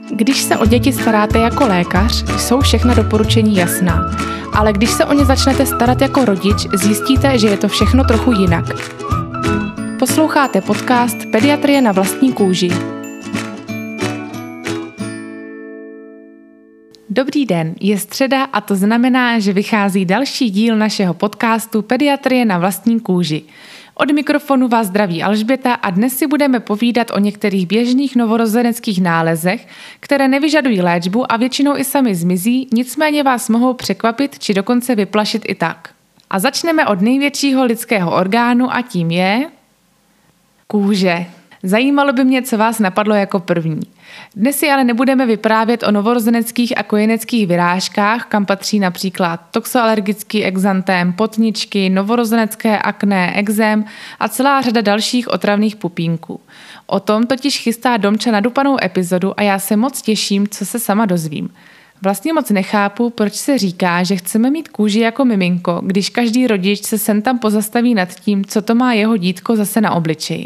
Když se o děti staráte jako lékař, jsou všechna doporučení jasná. Ale když se o ně začnete starat jako rodič, zjistíte, že je to všechno trochu jinak. Posloucháte podcast Pediatrie na vlastní kůži. Dobrý den, je středa a to znamená, že vychází další díl našeho podcastu Pediatrie na vlastní kůži. Od mikrofonu vás zdraví Alžběta a dnes si budeme povídat o některých běžných novorozeneckých nálezech, které nevyžadují léčbu a většinou i sami zmizí, nicméně vás mohou překvapit či dokonce vyplašit i tak. A začneme od největšího lidského orgánu a tím je kůže. Zajímalo by mě, co vás napadlo jako první. Dnes si ale nebudeme vyprávět o novorozeneckých a kojeneckých vyrážkách, kam patří například toxoalergický exantém, potničky, novorozenecké akné, ekzém a celá řada dalších otravných pupínků. O tom totiž chystá Domča nadupanou epizodu a já se moc těším, co se sama dozvím. Vlastně moc nechápu, proč se říká, že chceme mít kůži jako miminko, když každý rodič se sem tam pozastaví nad tím, co to má jeho dítko zase na obličeji.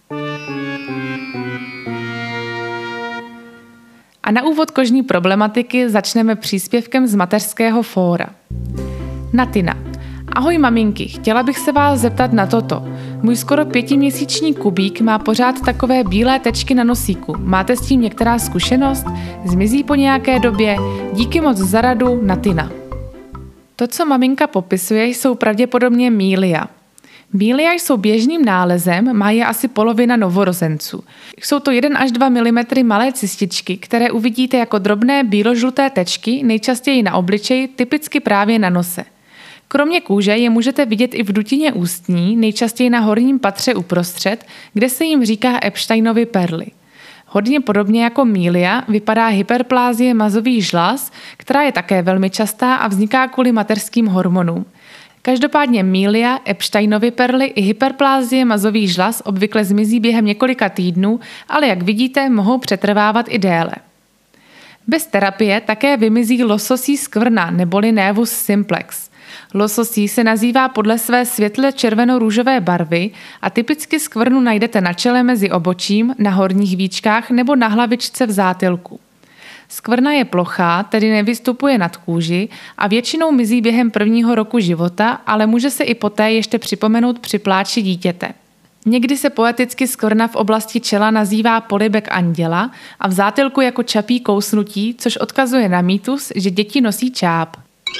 A na úvod kožní problematiky začneme příspěvkem z mateřského fóra. Natina. Ahoj maminky, chtěla bych se vás zeptat na toto. Můj skoro 5měsíční Kubík má pořád takové bílé tečky na nosíku. Máte s tím některá zkušenost? Zmizí po nějaké době? Díky moc za radu, Natina. To, co maminka popisuje, jsou pravděpodobně mýlia. Mýlia jsou běžným nálezem, má je asi polovina novorozenců. Jsou to 1 až 2 mm malé cističky, které uvidíte jako drobné bíložluté tečky, nejčastěji na obličeji, typicky právě na nose. Kromě kůže je můžete vidět i v dutině ústní, nejčastěji na horním patře uprostřed, kde se jim říká Epsteinovy perly. Hodně podobně jako mýlia vypadá hyperplázie mazových žláz, která je také velmi častá a vzniká kvůli mateřským hormonům. Každopádně mýlia, Epsteinovy perly i hyperplázie mazových žláz obvykle zmizí během několika týdnů, ale jak vidíte, mohou přetrvávat i déle. Bez terapie také vymizí lososí skvrna neboli nevus simplex. Lososí se nazývá podle své světle červeno-růžové barvy a typicky skvrnu najdete na čele mezi obočím, na horních víčkách nebo na hlavičce v zátylku. Skvrna je plochá, tedy nevystupuje nad kůži a většinou mizí během prvního roku života, ale může se i poté ještě připomenout při pláči dítěte. Někdy se poeticky skvrna v oblasti čela nazývá polibek anděla a v zátylku jako čapí kousnutí, což odkazuje na mýtus, že děti nosí čáp.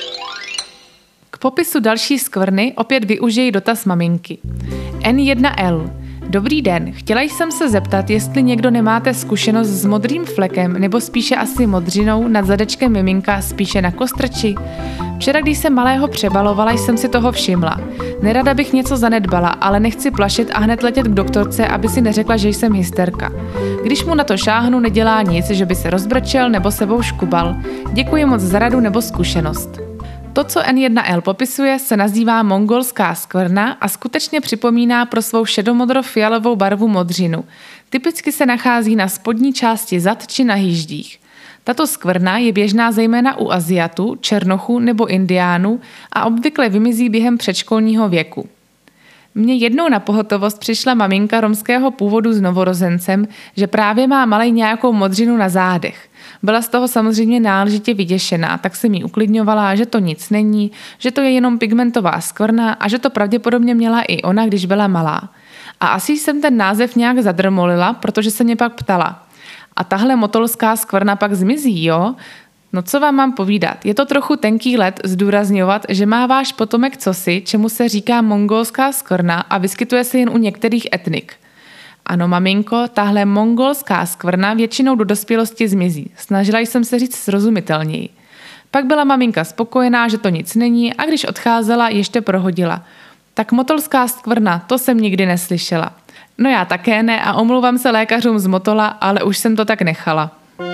K popisu další skvrny opět využiji dotaz maminky. N1L. Dobrý den, chtěla jsem se zeptat, jestli někdo nemáte zkušenost s modrým flekem nebo spíše asi modřinou nad zadečkem miminka, spíše na kostrči. Včera, když jsem malého přebalovala, jsem si toho všimla. Nerada bych něco zanedbala, ale nechci plašit a hned letět k doktorce, aby si neřekla, že jsem hysterka. Když mu na to šáhnu, nedělá nic, že by se rozbrčel nebo sebou škubal. Děkuji moc za radu nebo zkušenost. To, co N1L popisuje, se nazývá mongolská skvrna a skutečně připomíná pro svou šedomodro-fialovou barvu modřinu. Typicky se nachází na spodní části zad či na hýždích. Tato skvrna je běžná zejména u Aziatů, Černochů nebo Indiánů a obvykle vymizí během předškolního věku. Mně jednou na pohotovost přišla maminka romského původu s novorozencem, že právě má malej nějakou modřinu na zádech. Byla z toho samozřejmě náležitě vyděšená, tak se mi uklidňovala, že to nic není, že to je jenom pigmentová skvrna a že to pravděpodobně měla i ona, když byla malá. A asi jsem ten název nějak zadrmolila, protože se mě pak ptala. A tahle motolská skvrna pak zmizí, jo? No co vám mám povídat, je to trochu tenký led zdůrazňovat, že má váš potomek cosi, čemu se říká mongolská skvrna a vyskytuje se jen u některých etnik. Ano, maminko, tahle mongolská skvrna většinou do dospělosti zmizí. Snažila jsem se říct srozumitelněji. Pak byla maminka spokojená, že to nic není a když odcházela, ještě prohodila. Tak motolská skvrna, to jsem nikdy neslyšela. No já také ne a omlouvám se lékařům z Motola, ale už jsem to tak nechala.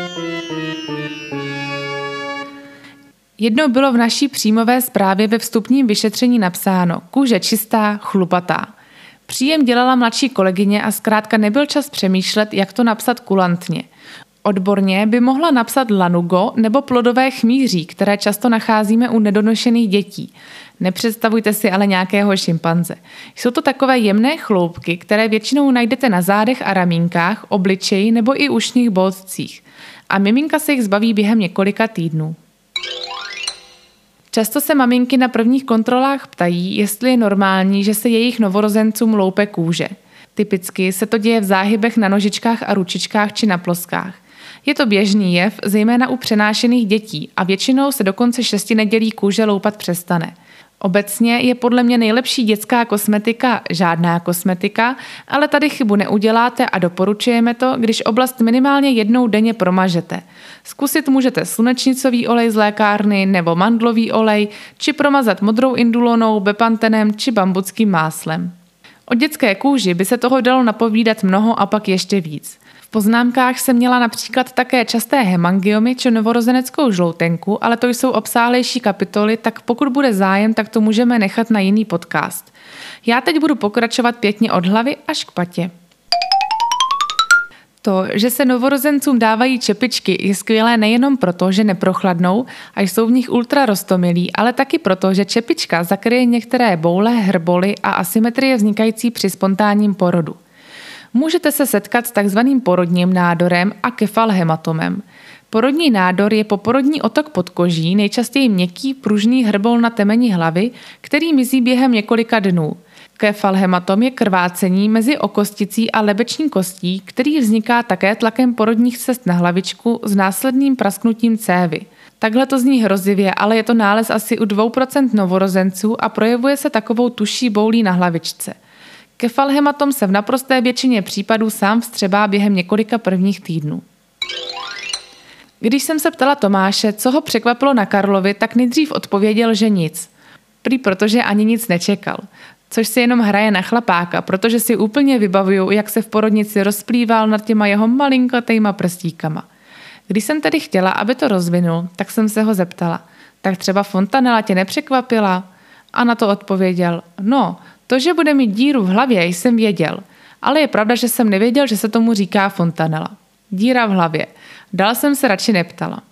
Jednou bylo v naší příjmové zprávě ve vstupním vyšetření napsáno kůže čistá, chlupatá. Příjem dělala mladší kolegyně a zkrátka nebyl čas přemýšlet, jak to napsat kulantně. Odborně by mohla napsat lanugo nebo plodové chmýří, které často nacházíme u nedonošených dětí. Nepředstavujte si ale nějakého šimpanze. Jsou to takové jemné chloupky, které většinou najdete na zádech a ramínkách, obličeji nebo i ušních boltcích. A miminka se jich zbaví během několika týdnů. Často se maminky na prvních kontrolách ptají, jestli je normální, že se jejich novorozencům loupe kůže. Typicky se to děje v záhybech na nožičkách a ručičkách či na ploskách. Je to běžný jev, zejména u přenášených dětí a většinou se do konce 6 nedělí kůže loupat přestane. Obecně je podle mě nejlepší dětská kosmetika žádná kosmetika, ale tady chybu neuděláte a doporučujeme to, když oblast minimálně jednou denně promažete. Zkusit můžete slunečnicový olej z lékárny nebo mandlový olej, či promazat modrou indulonou, bepantenem či bambuckým máslem. O dětské kůži by se toho dalo napovídat mnoho a pak ještě víc. V poznámkách jsem měla například také časté hemangiomy či novorozeneckou žloutenku, ale to jsou obsáhlejší kapitoly, tak pokud bude zájem, tak to můžeme nechat na jiný podcast. Já teď budu pokračovat pěkně od hlavy až k patě. To, že se novorozencům dávají čepičky, je skvělé nejenom proto, že neprochladnou a jsou v nich ultra roztomilí, ale taky proto, že čepička zakryje některé boule, hrboly a asymetrie vznikající při spontánním porodu. Můžete se setkat s takzvaným porodním nádorem a kefalhematomem. Porodní nádor je poporodní otok pod koží, nejčastěji měkký pružný hrbol na temeni hlavy, který mizí během několika dnů. Kefalhematom je krvácení mezi okosticí a lebeční kostí, který vzniká také tlakem porodních cest na hlavičku s následným prasknutím cévy. Takhle to zní hrozivě, ale je to nález asi u 2% novorozenců a projevuje se takovou tuší boulí na hlavičce. Kefalhematom se v naprosté většině případů sám vstřebá během několika prvních týdnů. Když jsem se ptala Tomáše, co ho překvapilo na Karlovi, tak nejdřív odpověděl, že nic. Prý protože ani nic nečekal. Což si jenom hraje na chlapáka, protože si úplně vybavuju, jak se v porodnici rozplýval nad těma jeho malinkatejma prstíkama. Když jsem tedy chtěla, aby to rozvinul, tak jsem se ho zeptala, tak třeba fontanela tě nepřekvapila? A na to odpověděl, no, to, že bude mít díru v hlavě, jsem věděl, ale je pravda, že jsem nevěděl, že se tomu říká fontanela. Díra v hlavě. Dál jsem se radši neptala.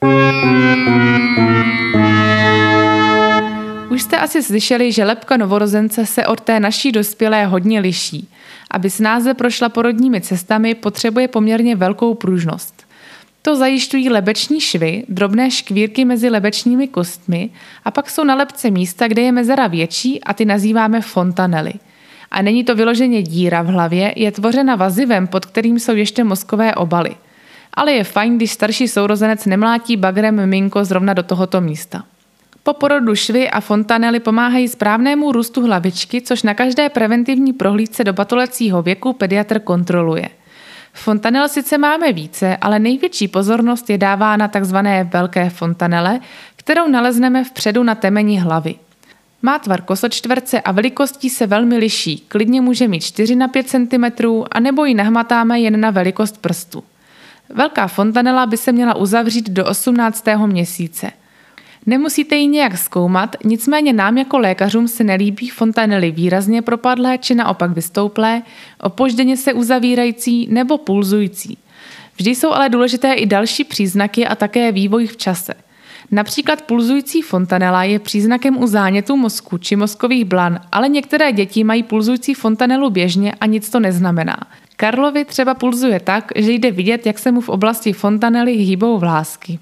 Už jste asi slyšeli, že lebka novorozence se od té naší dospělé hodně liší. Aby snáze prošla porodními cestami, potřebuje poměrně velkou pružnost. To zajišťují lebeční švy, drobné škvírky mezi lebečními kostmi a pak jsou na lebce místa, kde je mezera větší a ty nazýváme fontanely. A není to vyloženě díra v hlavě, je tvořena vazivem, pod kterým jsou ještě mozkové obaly. Ale je fajn, když starší sourozenec nemlátí bagrem miminko zrovna do tohoto místa. Po porodu švy a fontanely pomáhají správnému růstu hlavičky, což na každé preventivní prohlídce do batolecího věku pediatr kontroluje. Fontanel sice máme více, ale největší pozornost je dávána takzvané velké fontanele, kterou nalezneme vpředu na temeni hlavy. Má tvar kosočtverce a velikostí se velmi liší, klidně může mít 4 na 5 cm a nebo ji nahmatáme jen na velikost prstu. Velká fontanela by se měla uzavřít do 18. měsíce. Nemusíte ji nějak zkoumat, nicméně nám jako lékařům se nelíbí fontanely výrazně propadlé či naopak vystouplé, opožděně se uzavírající nebo pulzující. Vždy jsou ale důležité i další příznaky a také vývoj v čase. Například pulzující fontanela je příznakem u zánětu mozku či mozkových blan, ale některé děti mají pulzující fontanelu běžně a nic to neznamená. Karlovi třeba pulzuje tak, že jde vidět, jak se mu v oblasti fontanely hýbou vlásky.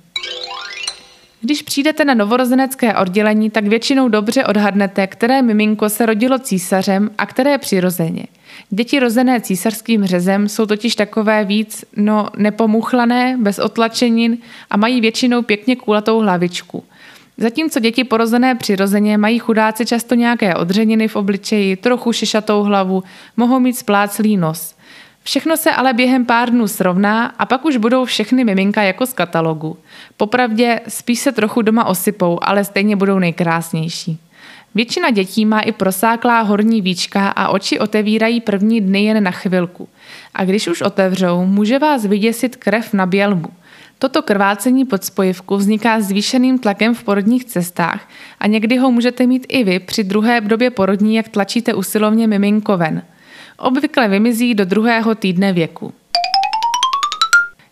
Když přijdete na novorozenecké oddělení, tak většinou dobře odhadnete, které miminko se rodilo císařem a které přirozeně. Děti rozené císařským řezem jsou totiž takové víc, nepomuchlané, bez otlačenin a mají většinou pěkně kulatou hlavičku. Zatímco děti porozené přirozeně mají chudáci často nějaké odřeniny v obličeji, trochu šišatou hlavu, mohou mít spláclý nos. Všechno se ale během pár dnů srovná a pak už budou všechny miminka jako z katalogu. Popravdě spíš se trochu doma osypou, ale stejně budou nejkrásnější. Většina dětí má i prosáklá horní víčka a oči otevírají první dny jen na chvilku. A když už otevřou, může vás vyděsit krev na bělbu. Toto krvácení pod spojivku vzniká zvýšeným tlakem v porodních cestách a někdy ho můžete mít i vy při druhé době porodní, jak tlačíte usilovně miminko ven. Obvykle vymizí do 2. týdne věku.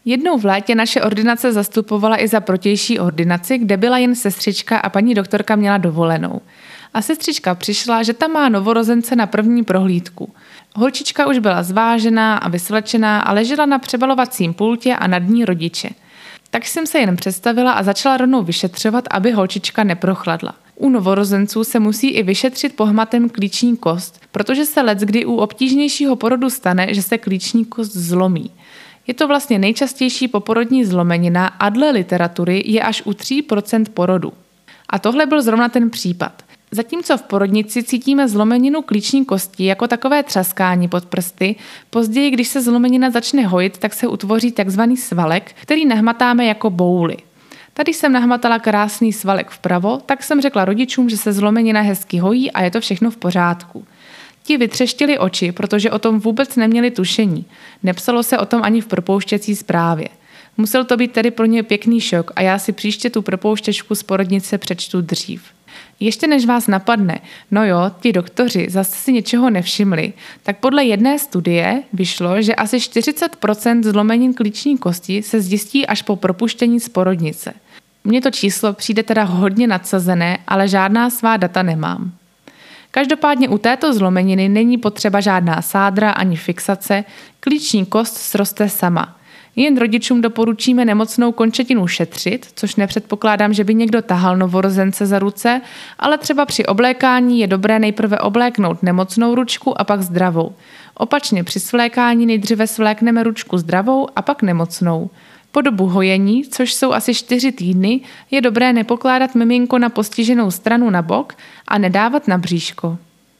Jednou v létě naše ordinace zastupovala i za protější ordinaci, kde byla jen sestřička a paní doktorka měla dovolenou. A sestřička přišla, že tam má novorozence na první prohlídku. Holčička už byla zvážená a vysvlečená a ležela na přebalovacím pultě a nad ní rodiče. Tak jsem se jen představila a začala rovnou vyšetřovat, aby holčička neprochladla. U novorozenců se musí i vyšetřit pohmatem klíční kost, protože se leckdy u obtížnějšího porodu stane, že se klíční kost zlomí. Je to vlastně nejčastější poporodní zlomenina a dle literatury je až u 3% porodu. A tohle byl zrovna ten případ. Zatímco v porodnici cítíme zlomeninu klíční kosti jako takové třaskání pod prsty, později, když se zlomenina začne hojit, tak se utvoří takzvaný svalek, který nahmatáme jako bouli. Tady jsem nahmatala krásný svalek vpravo, tak jsem řekla rodičům, že se zlomenina hezky hojí a je to všechno v pořádku. Ti vytřeštili oči, protože o tom vůbec neměli tušení. Nepsalo se o tom ani v propouštěcí zprávě. Musel to být tedy pro ně pěkný šok a já si příště tu propouštěčku z porodnice přečtu dřív. Ještě než vás napadne, no jo, ti doktoři zase si něčeho nevšimli, tak podle jedné studie vyšlo, že asi 40% zlomenin klíční kosti se zjistí až po propuštění z porodnice. Mně to číslo přijde teda hodně nadsazené, ale žádná svá data nemám. Každopádně u této zlomeniny není potřeba žádná sádra ani fixace, klíční kost sroste sama. Jen rodičům doporučíme nemocnou končetinu šetřit, což nepředpokládám, že by někdo tahal novorozence za ruce, ale třeba při oblékání je dobré nejprve obléknout nemocnou ručku a pak zdravou. Opačně při svlékání nejdříve svlékneme ručku zdravou a pak nemocnou. Po dobu hojení, což jsou asi 4 týdny, je dobré nepokládat miminko na postiženou stranu na bok a nedávat na bříško.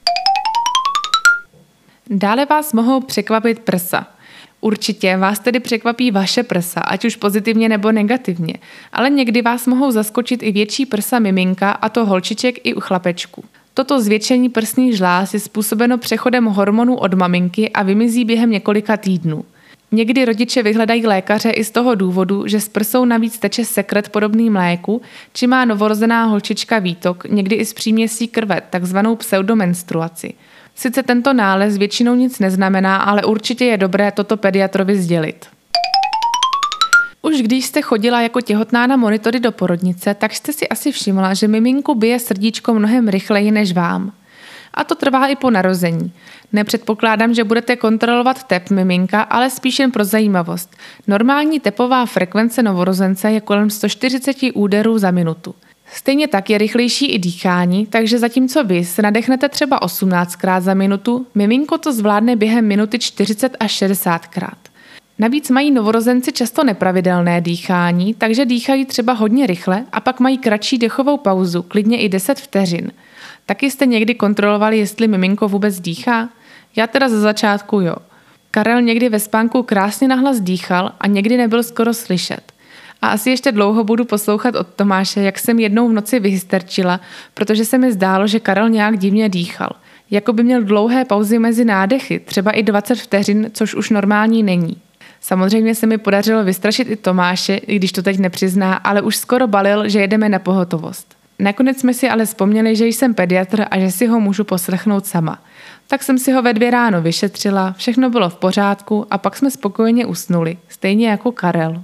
Dále vás mohou překvapit prsa. Určitě vás tedy překvapí vaše prsa, ať už pozitivně nebo negativně, ale někdy vás mohou zaskočit i větší prsa miminka, a to holčiček i u chlapečků. Toto zvětšení prsních žláz je způsobeno přechodem hormonů od maminky a vymizí během několika týdnů. Někdy rodiče vyhledají lékaře i z toho důvodu, že s prsou navíc teče sekret podobný mléku, či má novorozená holčička výtok, někdy i s příměsí krve, takzvanou pseudomenstruaci. Sice tento nález většinou nic neznamená, ale určitě je dobré toto pediatrovi sdělit. Už když jste chodila jako těhotná na monitory do porodnice, tak jste si asi všimla, že miminku bije srdíčko mnohem rychleji než vám. A to trvá i po narození. Nepředpokládám, že budete kontrolovat tep miminka, ale spíš jen pro zajímavost. Normální tepová frekvence novorozence je kolem 140 úderů za minutu. Stejně tak je rychlejší i dýchání, takže zatímco vy se nadechnete třeba 18krát za minutu, miminko to zvládne během minuty 40 až 60krát. Navíc mají novorozenci často nepravidelné dýchání, takže dýchají třeba hodně rychle a pak mají kratší dechovou pauzu, klidně i 10 vteřin. Taky jste někdy kontrolovali, jestli miminko vůbec dýchá? Já teda ze začátku jo. Karel někdy ve spánku krásně nahlas dýchal a někdy nebyl skoro slyšet. A asi ještě dlouho budu poslouchat od Tomáše, jak jsem jednou v noci vyhysterčila, protože se mi zdálo, že Karel nějak divně dýchal. Jako by měl dlouhé pauzy mezi nádechy, třeba i 20 vteřin, což už normální není. Samozřejmě se mi podařilo vystrašit i Tomáše, i když to teď nepřizná, ale už skoro balil, že jedeme na pohotovost. Nakonec jsme si ale vzpomněli, že jsem pediatr a že si ho můžu poslechnout sama. Tak jsem si ho ve 2 ráno vyšetřila, všechno bylo v pořádku a pak jsme spokojeně usnuli, stejně jako Karel.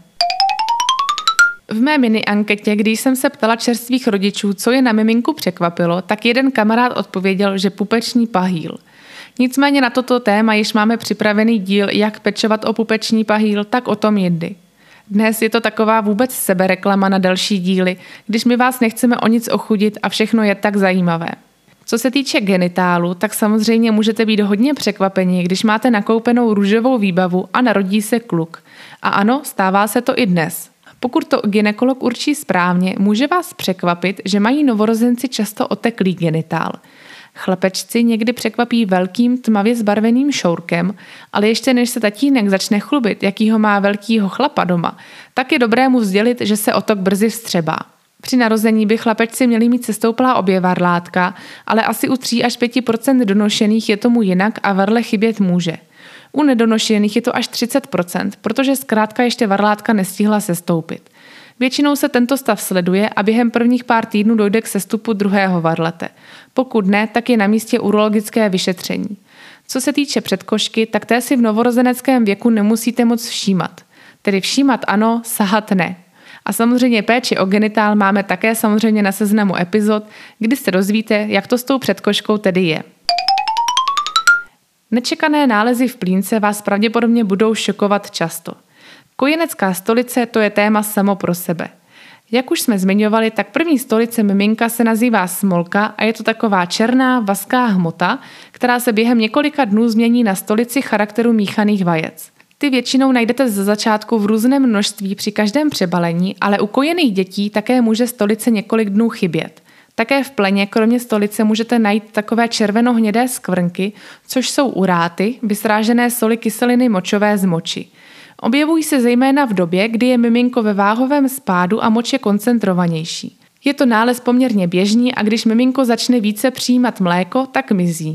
V mé mini anketě, když jsem se ptala čerstvých rodičů, co je na miminku překvapilo, tak jeden kamarád odpověděl, že pupeční pahýl. Nicméně na toto téma již máme připravený díl, jak pečovat o pupeční pahýl, tak o tom jindy. Dnes je to taková vůbec sebereklama na další díly, když my vás nechceme o nic ochudit a všechno je tak zajímavé. Co se týče genitálu, tak samozřejmě můžete být hodně překvapeni, když máte nakoupenou růžovou výbavu a narodí se kluk. A ano, stává se to i dnes. Pokud to gynekolog určí správně, může vás překvapit, že mají novorozenci často oteklý genitál. Chlapečci někdy překvapí velkým tmavě zbarveným šourkem, ale ještě než se tatínek začne chlubit, jakýho má velkýho chlapa doma, tak je dobré mu sdělit, že se otok brzy vstřebá. Při narození by chlapečci měli mít sestouplá obě varlátka, ale asi u 3 až 5% donošených je tomu jinak a varle chybět může. U nedonošených je to až 30%, protože zkrátka ještě varlátka nestihla sestoupit. Většinou se tento stav sleduje a během prvních pár týdnů dojde k sestupu druhého varlete. Pokud ne, tak je na místě urologické vyšetření. Co se týče předkošky, tak té si v novorozeneckém věku nemusíte moc všímat. Tedy všímat ano, sahat ne. A samozřejmě péči o genitál máme také samozřejmě na seznamu epizod, kdy se dozvíte, jak to s tou předkoškou tedy je. Nečekané nálezy v plínce vás pravděpodobně budou šokovat často. Kojenecká stolice to je téma samo pro sebe. Jak už jsme zmiňovali, tak první stolice miminka se nazývá smolka a je to taková černá, vazká hmota, která se během několika dnů změní na stolici charakteru míchaných vajec. Ty většinou najdete ze začátku v různém množství při každém přebalení, ale u kojených dětí také může stolice několik dnů chybět. Také v pleně kromě stolice můžete najít takové červeno-hnědé skvrnky, což jsou uráty, vysrážené soli kyseliny močové z moči. Objevují se zejména v době, kdy je miminko ve váhovém spádu a moč je koncentrovanější. Je to nález poměrně běžný a když miminko začne více přijímat mléko, tak mizí.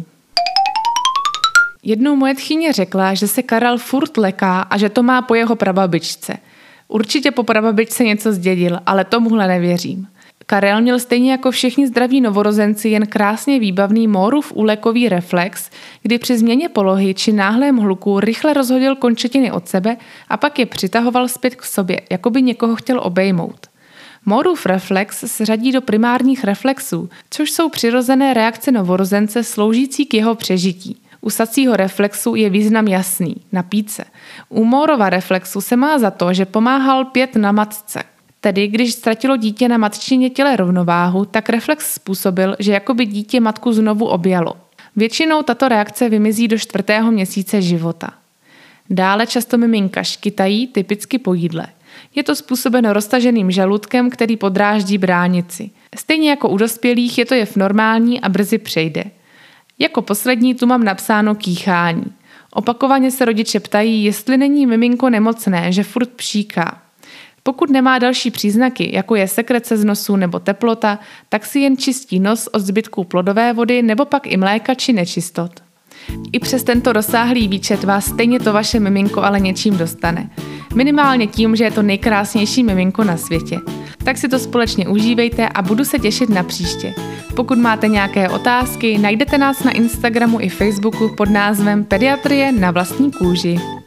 Jednou moje tchýně řekla, že se Karel furt leká a že to má po jeho prababičce. Určitě po prababičce něco zdědil, ale tomuhle nevěřím. Karel měl stejně jako všichni zdraví novorozenci jen krásně výbavný Moorův úlekový reflex, kdy při změně polohy či náhlém hluku rychle rozhodil končetiny od sebe a pak je přitahoval zpět k sobě, jako by někoho chtěl obejmout. Moorův reflex se řadí do primárních reflexů, což jsou přirozené reakce novorozence sloužící k jeho přežití. U sacího reflexu je význam jasný, napít se. U Moorova reflexu se má za to, že pomáhal pět na matce. Tedy, když ztratilo dítě na matčině těle rovnováhu, tak reflex způsobil, že jakoby dítě matku znovu objalo. Většinou tato reakce vymizí do 4. měsíce života. Dále často miminka škytají, typicky po jídle. Je to způsobeno roztaženým žaludkem, který podráždí bránici. Stejně jako u dospělých je to jev normální a brzy přejde. Jako poslední tu mám napsáno kýchání. Opakovaně se rodiče ptají, jestli není miminko nemocné, že furt pšíká. Pokud nemá další příznaky, jako je sekrece z nosu nebo teplota, tak si jen čistí nos od zbytků plodové vody nebo pak i mléka či nečistot. I přes tento rozsáhlý výčet vás stejně to vaše miminko ale něčím dostane. Minimálně tím, že je to nejkrásnější miminko na světě. Tak si to společně užívejte a budu se těšit na příště. Pokud máte nějaké otázky, najdete nás na Instagramu i Facebooku pod názvem Pediatrie na vlastní kůži.